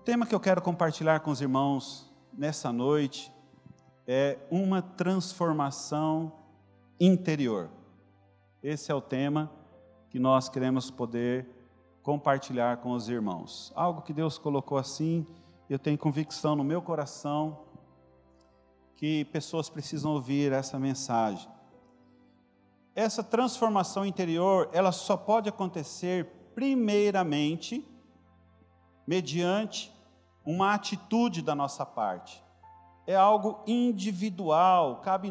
tema que eu quero compartilhar com os irmãos nessa noite é uma transformação interior. Esse é o tema que nós queremos poder compartilhar com os irmãos. Algo que Deus colocou assim, eu tenho convicção no meu coração que pessoas precisam ouvir essa mensagem. Essa transformação interior, ela só pode acontecer primeiramente mediante uma atitude da nossa parte. É algo individual, cabe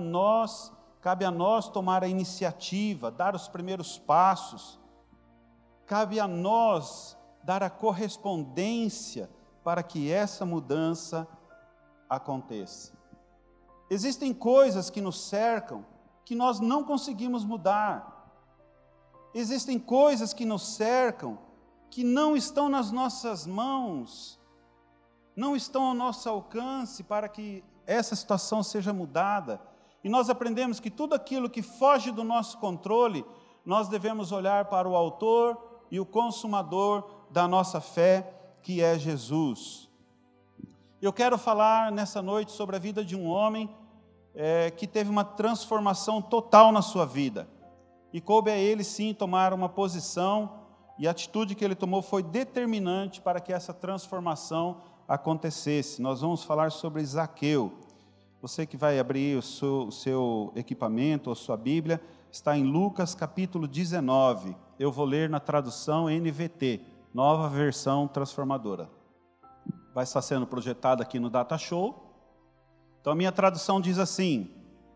a nós tomar a iniciativa, dar os primeiros passos. Cabe a nós dar a correspondência para que essa mudança aconteça. Existem coisas que nos cercam que nós não conseguimos mudar. Existem coisas que nos cercam que não estão nas nossas mãos, não estão ao nosso alcance para que essa situação seja mudada. E nós aprendemos que tudo aquilo que foge do nosso controle, nós devemos olhar para o autor e o consumador da nossa fé, que é Jesus. Eu quero falar nessa noite sobre a vida de um homem que teve uma transformação total na sua vida. E coube a ele sim tomar uma posição, e a atitude que ele tomou foi determinante para que essa transformação acontecesse. Nós vamos falar sobre Zaqueu. Você que vai abrir o seu equipamento ou sua Bíblia, está em Lucas capítulo 19. Eu vou ler na tradução NVT, Nova Versão Transformadora. Vai estar sendo projetado aqui no Data Show. Então a minha tradução diz assim: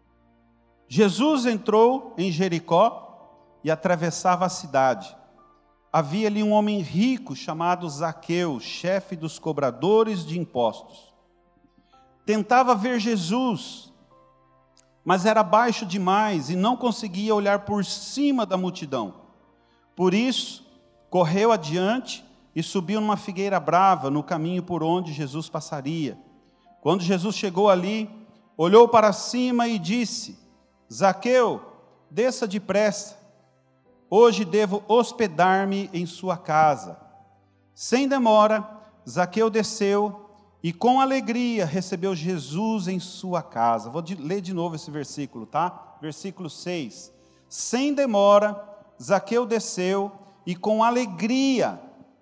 Jesus entrou em Jericó e atravessava a cidade. Havia ali um homem rico chamado Zaqueu, chefe dos cobradores de impostos. Tentava ver Jesus, mas era baixo demais e não conseguia olhar por cima da multidão. Por isso, correu adiante e subiu numa figueira brava no caminho por onde Jesus passaria. Quando Jesus chegou ali, olhou para cima e disse: Zaqueu, desça depressa, hoje devo hospedar-me em sua casa. Sem demora, Zaqueu desceu e com alegria recebeu Jesus em sua casa. Vou ler de novo esse versículo, tá? Versículo 6. Sem demora, Zaqueu desceu e com alegria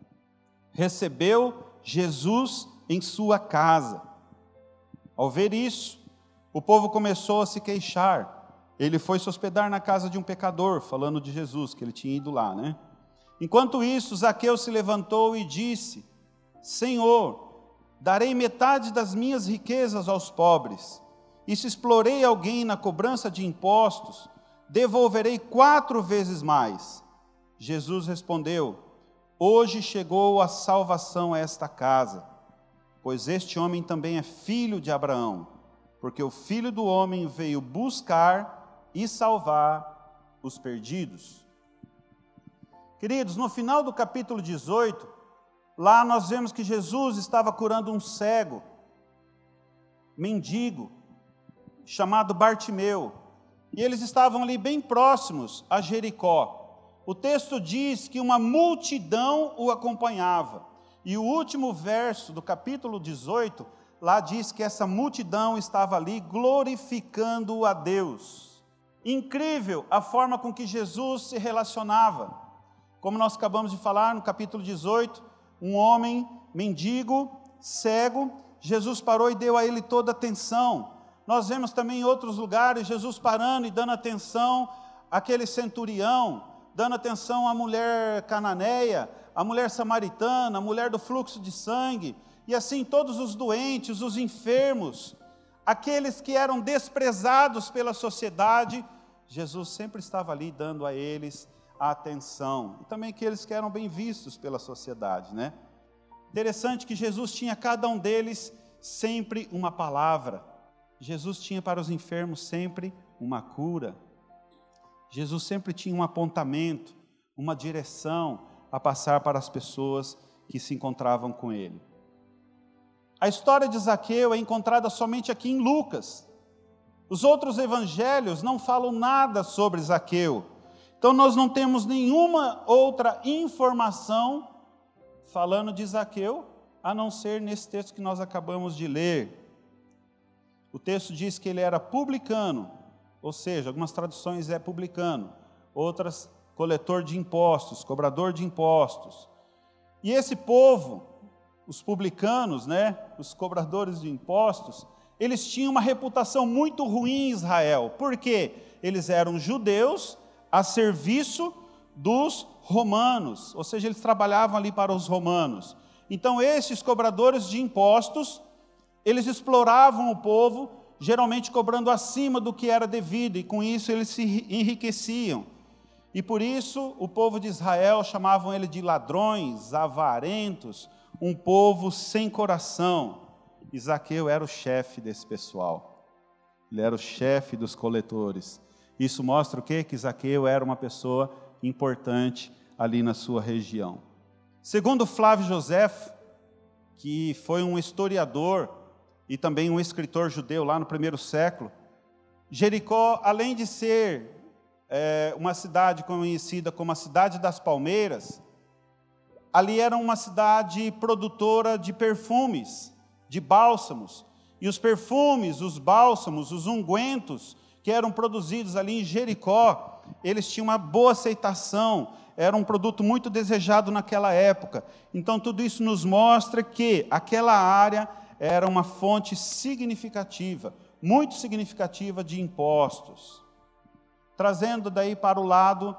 recebeu Jesus em sua casa. Ao ver isso, o povo começou a se queixar. Ele foi se hospedar na casa de um pecador, falando de Jesus, que ele tinha ido lá, né? Enquanto isso, Zaqueu se levantou e disse: Senhor, darei metade das minhas riquezas aos pobres, e se explorei alguém na cobrança de impostos, devolverei 4 vezes mais. Jesus respondeu: Hoje chegou a salvação a esta casa, pois este homem também é filho de Abraão, porque o Filho do Homem veio buscar e salvar os perdidos. Queridos, no final do capítulo 18, lá nós vemos que Jesus estava curando um cego, mendigo, chamado Bartimeu, e eles estavam ali bem próximos a Jericó. O texto diz que uma multidão o acompanhava. E o último verso do capítulo 18, lá diz que essa multidão estava ali glorificando a Deus. Incrível a forma com que Jesus se relacionava. Como nós acabamos de falar no capítulo 18, um homem mendigo, cego, Jesus parou e deu a ele toda a atenção. Nós vemos também em outros lugares Jesus parando e dando atenção àquele centurião, dando atenção à mulher cananeia, a mulher samaritana, a mulher do fluxo de sangue, e assim todos os doentes, os enfermos, aqueles que eram desprezados pela sociedade, Jesus sempre estava ali dando a eles a atenção, e também aqueles que eram bem vistos pela sociedade, né? Interessante que Jesus tinha cada um deles sempre uma palavra. Jesus tinha para os enfermos sempre uma cura. Jesus sempre tinha um apontamento, uma direção a passar para as pessoas que se encontravam com ele. A história de Zaqueu é encontrada somente aqui em Lucas. Os outros evangelhos não falam nada sobre Zaqueu. Então nós não temos nenhuma outra informação falando de Zaqueu, a não ser nesse texto que nós acabamos de ler. O texto diz que ele era publicano, ou seja, algumas traduções é publicano, outras coletor de impostos, cobrador de impostos. E esse povo, os publicanos, os cobradores de impostos, eles tinham uma reputação muito ruim em Israel. Por quê? Eles eram judeus a serviço dos romanos, ou seja, eles trabalhavam ali para os romanos. Então, esses cobradores de impostos, eles exploravam o povo, geralmente cobrando acima do que era devido, e com isso eles se enriqueciam. E por isso, o povo de Israel chamavam ele de ladrões, avarentos, um povo sem coração. E Zaqueu era o chefe desse pessoal. Ele era o chefe dos coletores. Isso mostra o quê? Que Zaqueu era uma pessoa importante ali na sua região. Segundo Flávio Joséfo, que foi um historiador e também um escritor judeu lá no primeiro século, Jericó, além de ser uma cidade conhecida como a cidade das palmeiras, ali era uma cidade produtora de perfumes, de bálsamos. E os perfumes, os bálsamos, os ungüentos que eram produzidos ali em Jericó, eles tinham uma boa aceitação, era um produto muito desejado naquela época. Então tudo isso nos mostra que aquela área era uma fonte significativa, muito significativa de impostos. Trazendo daí para o lado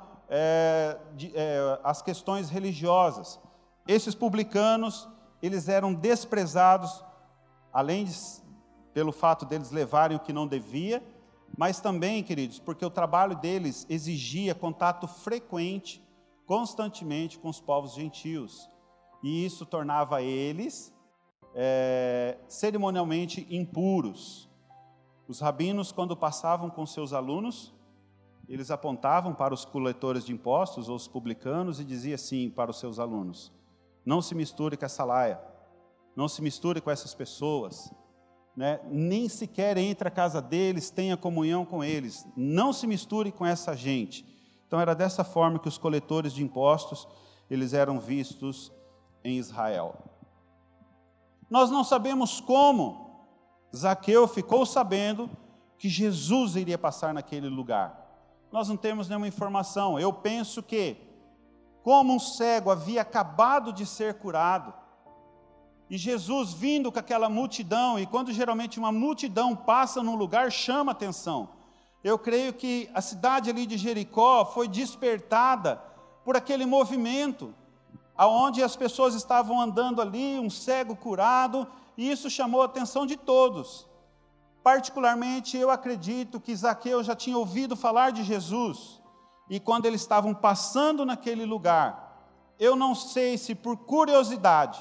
as questões religiosas. Esses publicanos, eles eram desprezados, além pelo fato deles levarem o que não devia, mas também, queridos, porque o trabalho deles exigia contato frequente, constantemente com os povos gentios. E isso tornava eles cerimonialmente impuros. Os rabinos, quando passavam com seus alunos, eles apontavam para os coletores de impostos, ou os publicanos, e diziam assim para os seus alunos: não se misture com essa laia, não se misture com essas pessoas, nem sequer entre a casa deles, tenha comunhão com eles, não se misture com essa gente. Então era dessa forma que os coletores de impostos, eles eram vistos em Israel. Nós não sabemos como Zaqueu ficou sabendo que Jesus iria passar naquele lugar. Nós não temos nenhuma informação. Eu penso que, como um cego havia acabado de ser curado, e Jesus vindo com aquela multidão, e quando geralmente uma multidão passa num lugar, chama atenção. Eu creio que a cidade ali de Jericó foi despertada por aquele movimento, aonde as pessoas estavam andando ali, um cego curado, e isso chamou a atenção de todos. Particularmente, eu acredito que Zaqueu já tinha ouvido falar de Jesus, e quando eles estavam passando naquele lugar, eu não sei se por curiosidade,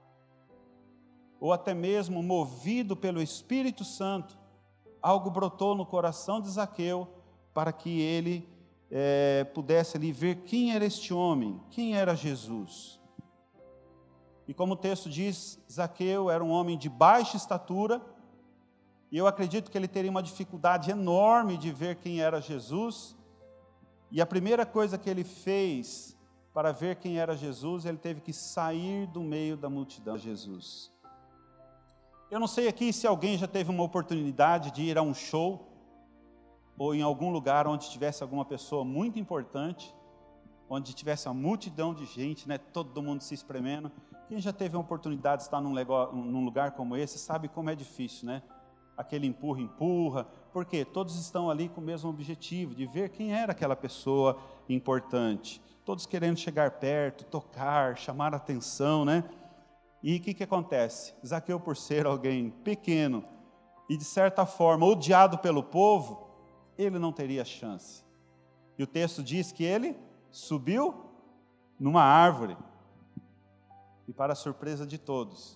ou até mesmo movido pelo Espírito Santo, algo brotou no coração de Zaqueu, para que ele pudesse ali ver quem era este homem, quem era Jesus. E como o texto diz, Zaqueu era um homem de baixa estatura, e eu acredito que ele teria uma dificuldade enorme de ver quem era Jesus. E a primeira coisa que ele fez para ver quem era Jesus, ele teve que sair do meio da multidão de Jesus. Eu não sei aqui se alguém já teve uma oportunidade de ir a um show, ou em algum lugar onde tivesse alguma pessoa muito importante, onde tivesse uma multidão de gente, todo mundo se espremendo. Quem já teve a oportunidade de estar num lugar como esse, sabe como é difícil, Aquele empurra, porque todos estão ali com o mesmo objetivo, de ver quem era aquela pessoa importante. Todos querendo chegar perto, tocar, chamar a atenção, E o que acontece? Zaqueu, por ser alguém pequeno e de certa forma odiado pelo povo, ele não teria chance. E o texto diz que ele subiu numa árvore. E para a surpresa de todos,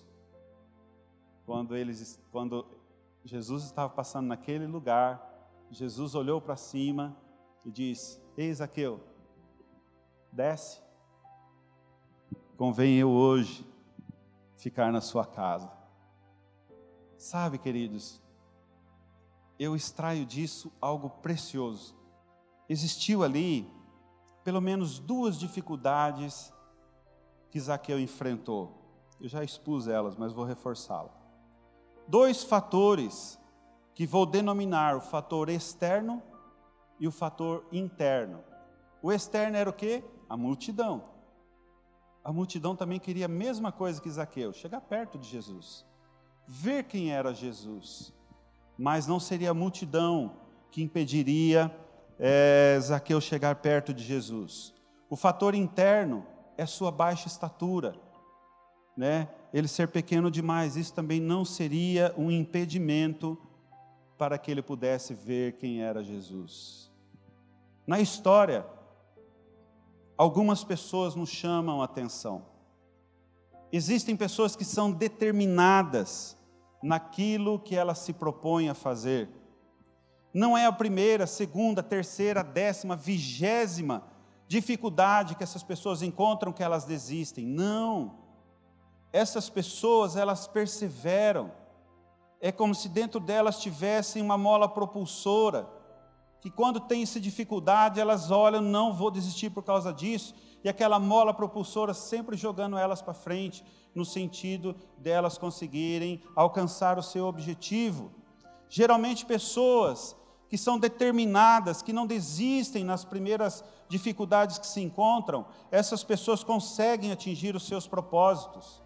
quando Jesus estava passando naquele lugar, Jesus olhou para cima e disse: ei, Zaqueu, desce, convém eu hoje ficar na sua casa. Sabe, queridos, eu extraio disso algo precioso. Existiu ali pelo menos duas dificuldades que Zaqueu enfrentou. Eu já expus elas, mas vou reforçá-la. 2 fatores que vou denominar o fator externo e o fator interno. O externo era o quê? A multidão. A multidão também queria a mesma coisa que Zaqueu, chegar perto de Jesus, ver quem era Jesus. Mas não seria a multidão que impediria Zaqueu chegar perto de Jesus. O fator interno é sua baixa estatura, né? Ele ser pequeno demais, isso também não seria um impedimento para que ele pudesse ver quem era Jesus. Na história, algumas pessoas nos chamam a atenção. Existem pessoas que são determinadas naquilo que elas se propõem a fazer. Não é a primeira, segunda, terceira, 10ª, 20ª dificuldade que essas pessoas encontram que elas desistem. Não. Essas pessoas, elas perseveram. É como se dentro delas tivessem uma mola propulsora, que quando tem essa dificuldade, elas olham, não vou desistir por causa disso, e aquela mola propulsora sempre jogando elas para frente, no sentido delas conseguirem alcançar o seu objetivo. Geralmente pessoas que são determinadas, que não desistem nas primeiras dificuldades que se encontram, essas pessoas conseguem atingir os seus propósitos.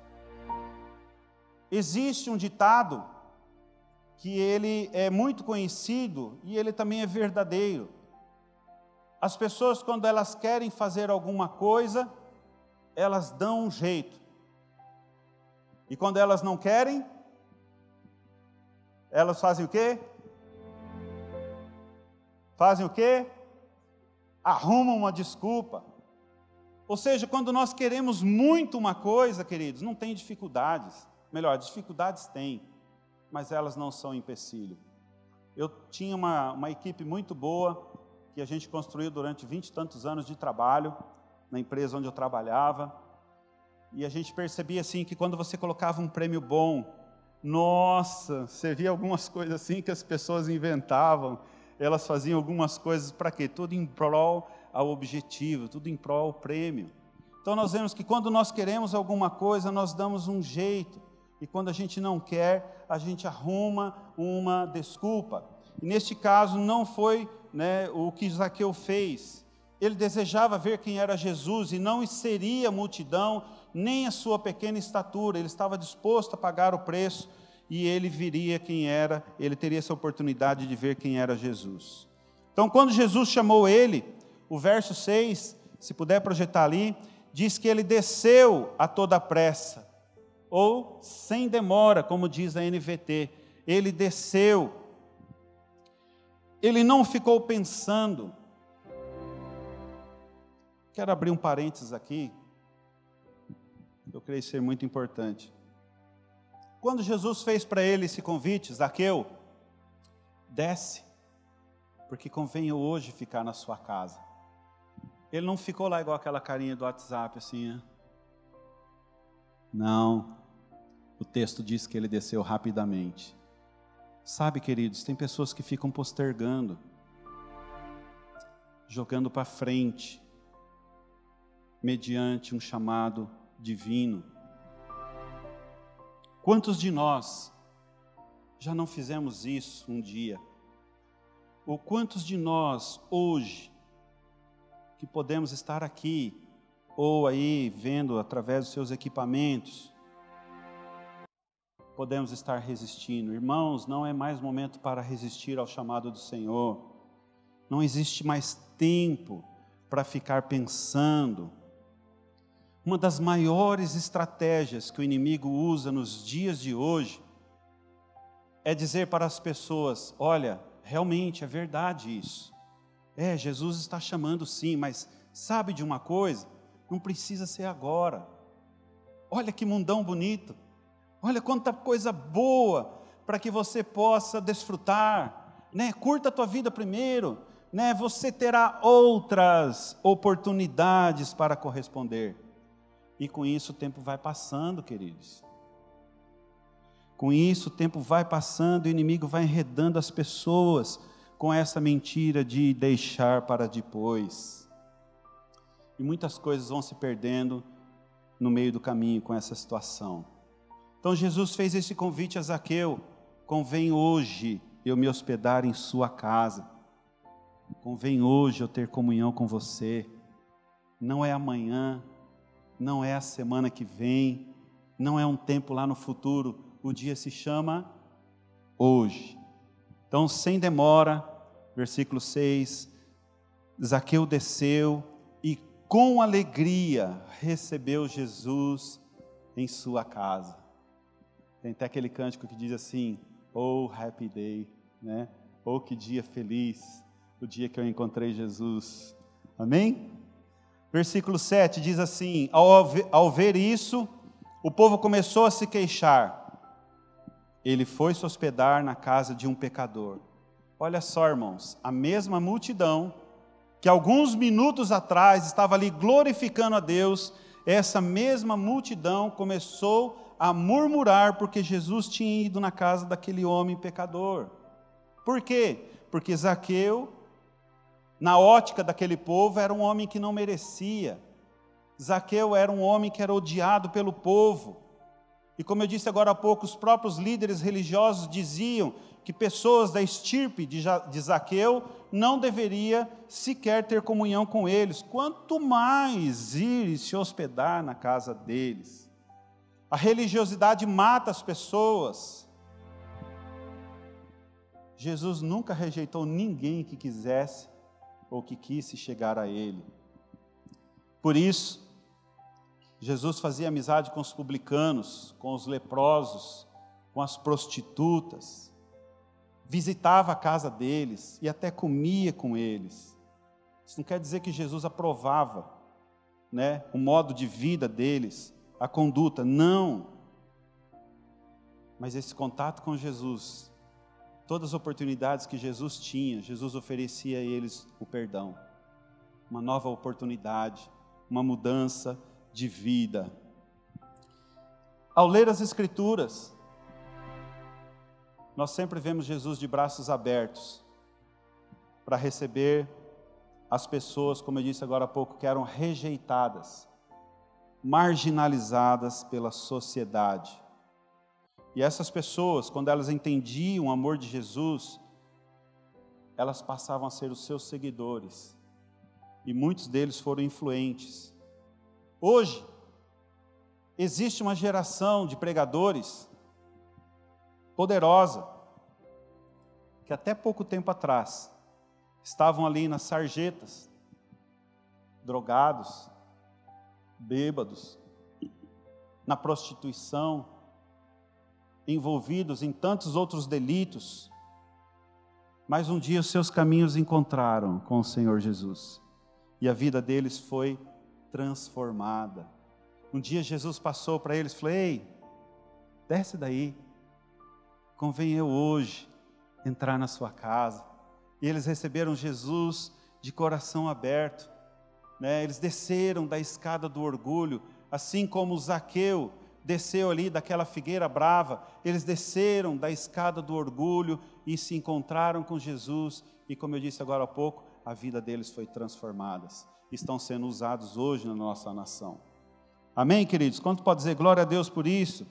Existe um ditado que ele é muito conhecido e ele também é verdadeiro. As pessoas, quando elas querem fazer alguma coisa, elas dão um jeito. E quando elas não querem, elas fazem o quê? Fazem o quê? Arrumam uma desculpa. Ou seja, quando nós queremos muito uma coisa, queridos, não tem dificuldades. Melhor, dificuldades tem, mas elas não são empecilho. Eu tinha uma equipe muito boa, que a gente construiu durante 20 e tantos anos de trabalho, na empresa onde eu trabalhava, e a gente percebia assim, que quando você colocava um prêmio bom, nossa, você via algumas coisas assim que as pessoas inventavam, elas faziam algumas coisas para quê? Tudo em prol ao objetivo, tudo em prol ao prêmio. Então nós vemos que quando nós queremos alguma coisa, nós damos um jeito, e quando a gente não quer, a gente arruma uma desculpa. E neste caso não foi, o que Zaqueu fez. Ele desejava ver quem era Jesus e não seria a multidão, nem a sua pequena estatura. Ele estava disposto a pagar o preço e ele viria quem era, ele teria essa oportunidade de ver quem era Jesus. Então, quando Jesus chamou ele, o verso 6, se puder projetar ali, diz que ele desceu a toda pressa, ou sem demora, como diz a NVT. Ele desceu. Ele não ficou pensando. Quero abrir um parênteses aqui, eu creio ser muito importante. Quando Jesus fez para ele esse convite, Zaqueu, desce, porque convém eu hoje ficar na sua casa. Ele não ficou lá igual aquela carinha do WhatsApp, assim. Não, o texto diz que ele desceu rapidamente. Sabe, queridos, tem pessoas que ficam postergando, jogando para frente, mediante um chamado divino. Quantos de nós já não fizemos isso um dia? Ou quantos de nós hoje, que podemos estar aqui, ou aí vendo através dos seus equipamentos, podemos estar resistindo? Irmãos, não é mais momento para resistir ao chamado do Senhor. Não existe mais tempo para ficar pensando. Uma das maiores estratégias que o inimigo usa nos dias de hoje é dizer para as pessoas: olha, realmente é verdade isso. Jesus está chamando sim, mas sabe de uma coisa? Não precisa ser agora. Olha que mundão bonito. Olha quanta coisa boa para que você possa desfrutar. Curta a tua vida primeiro. Você terá outras oportunidades para corresponder. E com isso o tempo vai passando, queridos. Com isso o tempo vai passando, o inimigo vai enredando as pessoas com essa mentira de deixar para depois. E muitas coisas vão se perdendo no meio do caminho com essa situação. Então Jesus fez esse convite a Zaqueu: convém hoje eu me hospedar em sua casa, convém hoje eu ter comunhão com você, não é amanhã, não é a semana que vem, não é um tempo lá no futuro, o dia se chama hoje. Então, sem demora, versículo 6, Zaqueu desceu e com alegria recebeu Jesus em sua casa. Tem até aquele cântico que diz assim: oh happy day, né? Oh que dia feliz, o dia que eu encontrei Jesus. Amém? Versículo 7 diz assim: ao ver isso, o povo começou a se queixar. Ele foi se hospedar na casa de um pecador. Olha só, irmãos, a mesma multidão que alguns minutos atrás estava ali glorificando a Deus, essa mesma multidão começou a murmurar porque Jesus tinha ido na casa daquele homem pecador. Por quê? Porque Zaqueu, na ótica daquele povo, era um homem que não merecia. Zaqueu era um homem que era odiado pelo povo. E como eu disse agora há pouco, os próprios líderes religiosos diziam que pessoas da estirpe de Zaqueu não deveria sequer ter comunhão com eles, quanto mais ir e se hospedar na casa deles. A religiosidade mata as pessoas. Jesus nunca rejeitou ninguém que quisesse ou que quisse chegar a Ele. Por isso, Jesus fazia amizade com os publicanos, com os leprosos, com as prostitutas, visitava a casa deles e até comia com eles. Isso não quer dizer que Jesus aprovava, né, o modo de vida deles, a conduta, não. Mas esse contato com Jesus, todas as oportunidades que Jesus tinha, Jesus oferecia a eles o perdão, uma nova oportunidade, uma mudança de vida. Ao ler as Escrituras, nós sempre vemos Jesus de braços abertos para receber as pessoas, como eu disse agora há pouco, que eram rejeitadas, marginalizadas pela sociedade. E essas pessoas, quando elas entendiam o amor de Jesus, elas passavam a ser os seus seguidores, e muitos deles foram influentes. Hoje, existe uma geração de pregadores poderosa, que até pouco tempo atrás, estavam ali nas sarjetas, drogados, bêbados, na prostituição, envolvidos em tantos outros delitos, mas um dia os seus caminhos encontraram com o Senhor Jesus, e a vida deles foi transformada. Um dia Jesus passou para eles e falou: ei, desce daí, convém eu hoje entrar na sua casa. E eles receberam Jesus de coração aberto, né? Eles desceram da escada do orgulho, assim como Zaqueu desceu ali daquela figueira brava, eles desceram da escada do orgulho e se encontraram com Jesus, e como eu disse agora há pouco, a vida deles foi transformada. Estão sendo usados hoje na nossa nação. Amém, queridos? Quanto pode dizer glória a Deus por isso?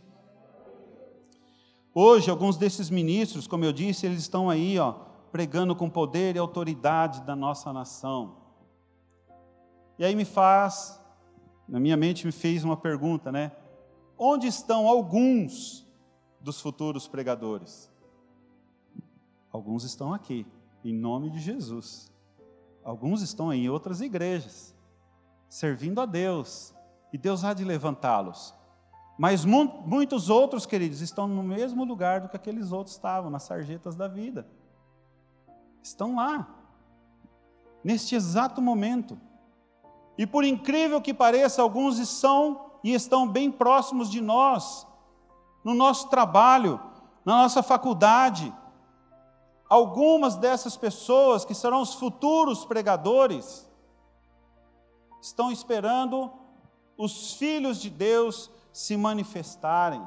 Hoje, alguns desses ministros, como eu disse, eles estão aí, pregando com poder e autoridade da nossa nação. E aí na minha mente me fez uma pergunta, né? Onde estão alguns dos futuros pregadores? Alguns estão aqui, em nome de Jesus. Alguns estão em outras igrejas, servindo a Deus, e Deus há de levantá-los. Mas muitos outros, queridos, estão no mesmo lugar do que aqueles outros estavam, nas sarjetas da vida. Estão lá, neste exato momento. E por incrível que pareça, alguns estão bem próximos de nós, no nosso trabalho, na nossa faculdade. Algumas dessas pessoas, que serão os futuros pregadores, estão esperando os filhos de Deus se manifestarem.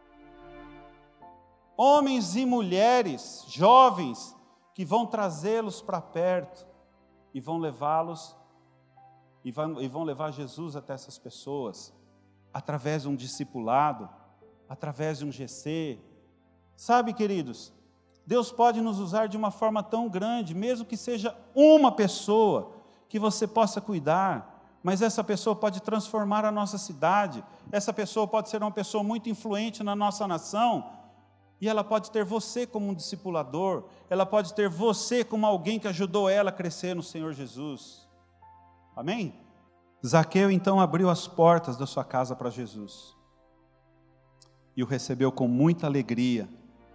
Homens e mulheres, jovens, que vão trazê-los para perto e vão levá-los, e vão levar Jesus até essas pessoas, através de um discipulado, através de um GC. Sabe, queridos, Deus pode nos usar de uma forma tão grande, mesmo que seja uma pessoa que você possa cuidar, mas essa pessoa pode transformar a nossa cidade, essa pessoa pode ser uma pessoa muito influente na nossa nação, e ela pode ter você como um discipulador, ela pode ter você como alguém que ajudou ela a crescer no Senhor Jesus. Amém? Zaqueu então abriu as portas da sua casa para Jesus, e o recebeu com muita alegria,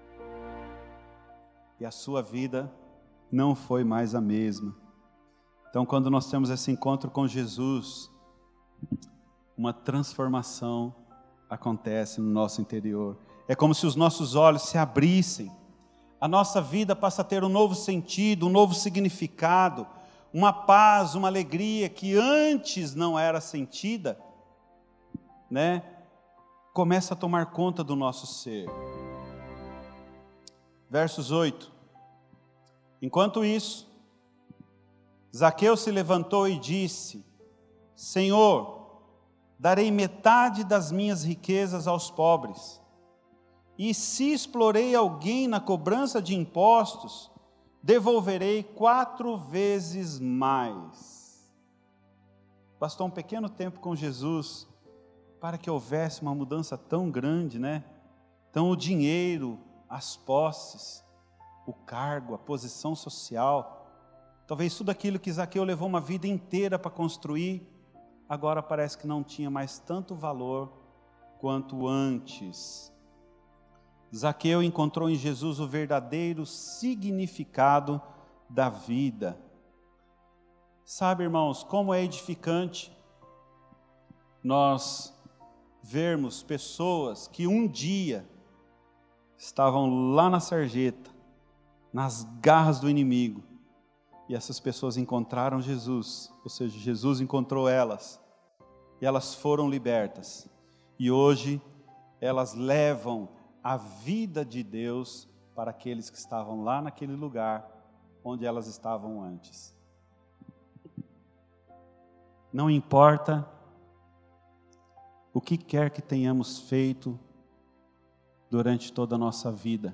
e a sua vida não foi mais a mesma. Então, quando nós temos esse encontro com Jesus, uma transformação acontece no nosso interior. É como se os nossos olhos se abrissem, a nossa vida passa a ter um novo sentido, um novo significado, uma paz, uma alegria que antes não era sentida, né? Começa a tomar conta do nosso ser. Versos 8. Enquanto isso, Zaqueu se levantou e disse: Senhor, darei metade das minhas riquezas aos pobres, e se explorei alguém na cobrança de impostos, devolverei 4 vezes mais. Bastou um pequeno tempo com Jesus para que houvesse uma mudança tão grande, né? Então o dinheiro, as posses, o cargo, a posição social, talvez tudo aquilo que Zaqueu levou uma vida inteira para construir, agora parece que não tinha mais tanto valor quanto antes. Zaqueu encontrou em Jesus o verdadeiro significado da vida. Sabe, irmãos, como é edificante nós vermos pessoas que um dia estavam lá na sarjeta, nas garras do inimigo, e essas pessoas encontraram Jesus, ou seja, Jesus encontrou elas, e elas foram libertas, e hoje elas levam a vida de Deus para aqueles que estavam lá naquele lugar onde elas estavam antes. Não importa o que quer que tenhamos feito durante toda a nossa vida,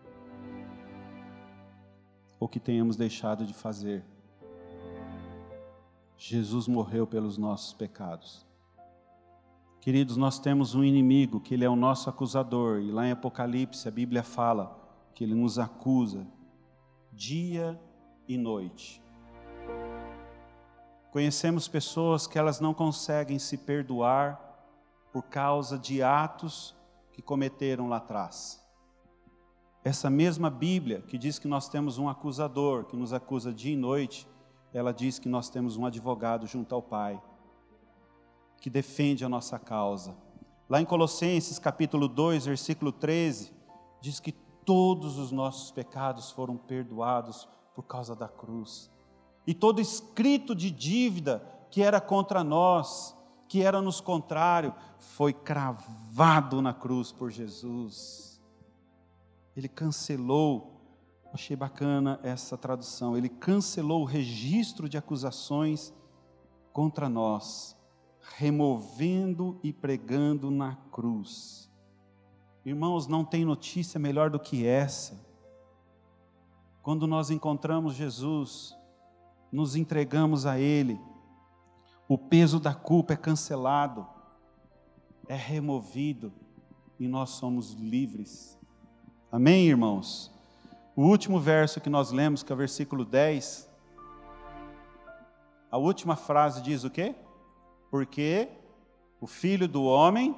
ou que tenhamos deixado de fazer, Jesus morreu pelos nossos pecados. Queridos, nós temos um inimigo, que ele é o nosso acusador, e lá em Apocalipse a Bíblia fala que ele nos acusa dia e noite. Conhecemos pessoas que elas não conseguem se perdoar por causa de atos que cometeram lá atrás. Essa mesma Bíblia que diz que nós temos um acusador, que nos acusa dia e noite, ela diz que nós temos um advogado junto ao Pai, que defende a nossa causa. Lá em Colossenses capítulo 2, versículo 13, diz que todos os nossos pecados foram perdoados por causa da cruz. E todo escrito de dívida que era contra nós, que era nos contrário, foi cravado na cruz por Jesus. Ele cancelou, achei bacana essa tradução, ele cancelou o registro de acusações contra nós, removendo e pregando na cruz. Irmãos, não tem notícia melhor do que essa. Quando nós encontramos Jesus, nos entregamos a Ele, o peso da culpa é cancelado, é removido e nós somos livres. Amém, irmãos? O último verso que nós lemos, que é o versículo 10, a última frase diz o quê? Porque o Filho do Homem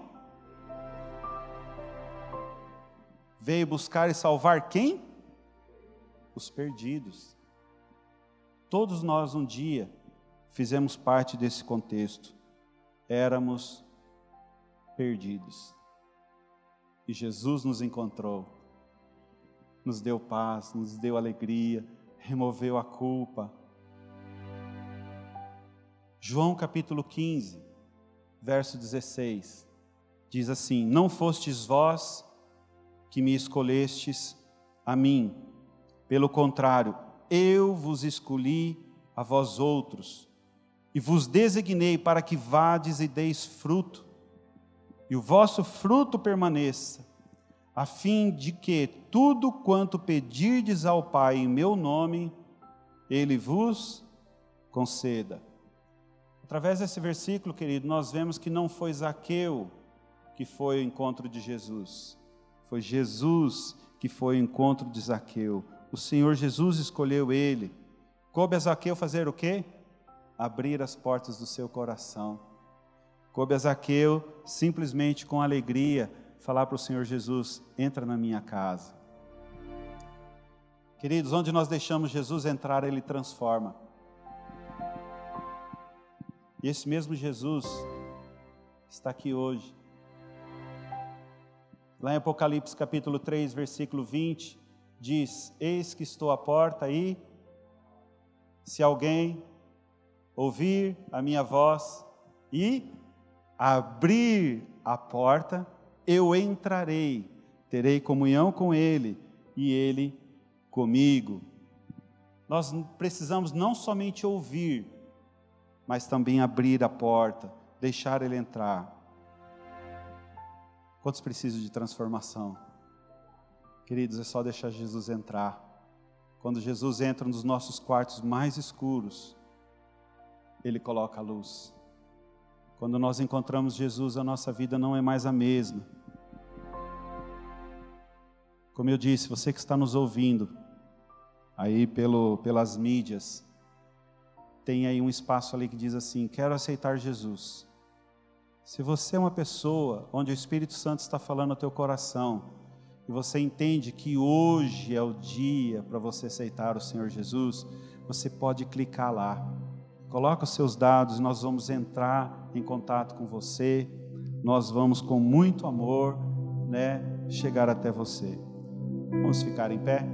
veio buscar e salvar quem? Os perdidos. Todos nós um dia fizemos parte desse contexto. Éramos perdidos. E Jesus nos encontrou, nos deu paz, nos deu alegria, removeu a culpa. João capítulo 15, verso 16, diz assim: não fostes vós que me escolhestes a mim, pelo contrário, eu vos escolhi a vós outros, e vos designei para que vades e deis fruto, e o vosso fruto permaneça, a fim de que tudo quanto pedirdes ao Pai em meu nome, Ele vos conceda. Através desse versículo, querido, nós vemos que não foi Zaqueu que foi ao encontro de Jesus. Foi Jesus que foi ao encontro de Zaqueu. O Senhor Jesus escolheu ele. Coube a Zaqueu fazer o quê? Abrir as portas do seu coração. Coube a Zaqueu simplesmente com alegria falar para o Senhor Jesus: entra na minha casa. Queridos, onde nós deixamos Jesus entrar, Ele transforma. E esse mesmo Jesus está aqui hoje. Lá em Apocalipse capítulo 3, versículo 20, diz: eis que estou à porta e, se alguém ouvir a minha voz e abrir a porta, eu entrarei, terei comunhão com ele e ele comigo. Nós precisamos não somente ouvir, mas também abrir a porta, deixar ele entrar. Quantos precisam de transformação? Queridos, é só deixar Jesus entrar. Quando Jesus entra nos nossos quartos mais escuros, Ele coloca a luz. Quando nós encontramos Jesus, a nossa vida não é mais a mesma. Como eu disse, você que está nos ouvindo, aí pelas mídias, tem aí um espaço ali que diz assim: quero aceitar Jesus. Se você é uma pessoa onde o Espírito Santo está falando ao teu coração, e você entende que hoje é o dia para você aceitar o Senhor Jesus, você pode clicar lá. Coloca os seus dados, nós vamos entrar em contato com você, nós vamos com muito amor, chegar até você. Vamos ficar em pé?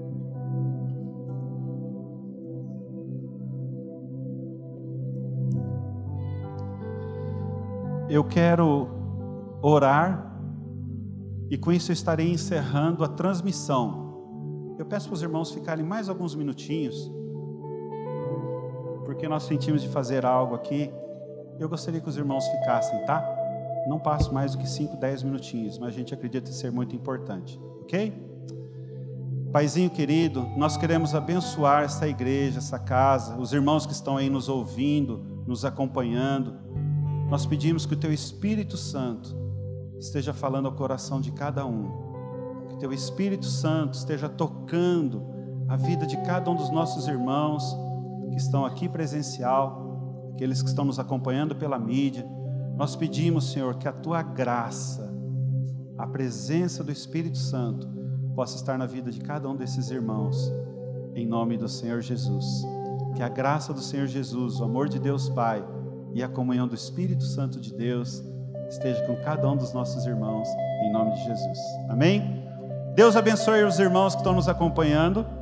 Eu quero orar, e com isso eu estarei encerrando a transmissão. Eu peço para os irmãos ficarem mais alguns minutinhos, porque nós sentimos de fazer algo aqui. Eu gostaria que os irmãos ficassem, tá? Não passo mais do que 5, 10 minutinhos, mas a gente acredita ser muito importante, ok? Paizinho querido, nós queremos abençoar essa igreja, essa casa, os irmãos que estão aí nos ouvindo, nos acompanhando. Nós pedimos que o Teu Espírito Santo esteja falando ao coração de cada um, que o Teu Espírito Santo esteja tocando a vida de cada um dos nossos irmãos que estão aqui presencial, aqueles que estão nos acompanhando pela mídia. Nós pedimos, Senhor, que a Tua graça, a presença do Espírito Santo possa estar na vida de cada um desses irmãos, em nome do Senhor Jesus. Que a graça do Senhor Jesus, o amor de Deus Pai e a comunhão do Espírito Santo de Deus esteja com cada um dos nossos irmãos, em nome de Jesus. Amém? Deus abençoe os irmãos que estão nos acompanhando.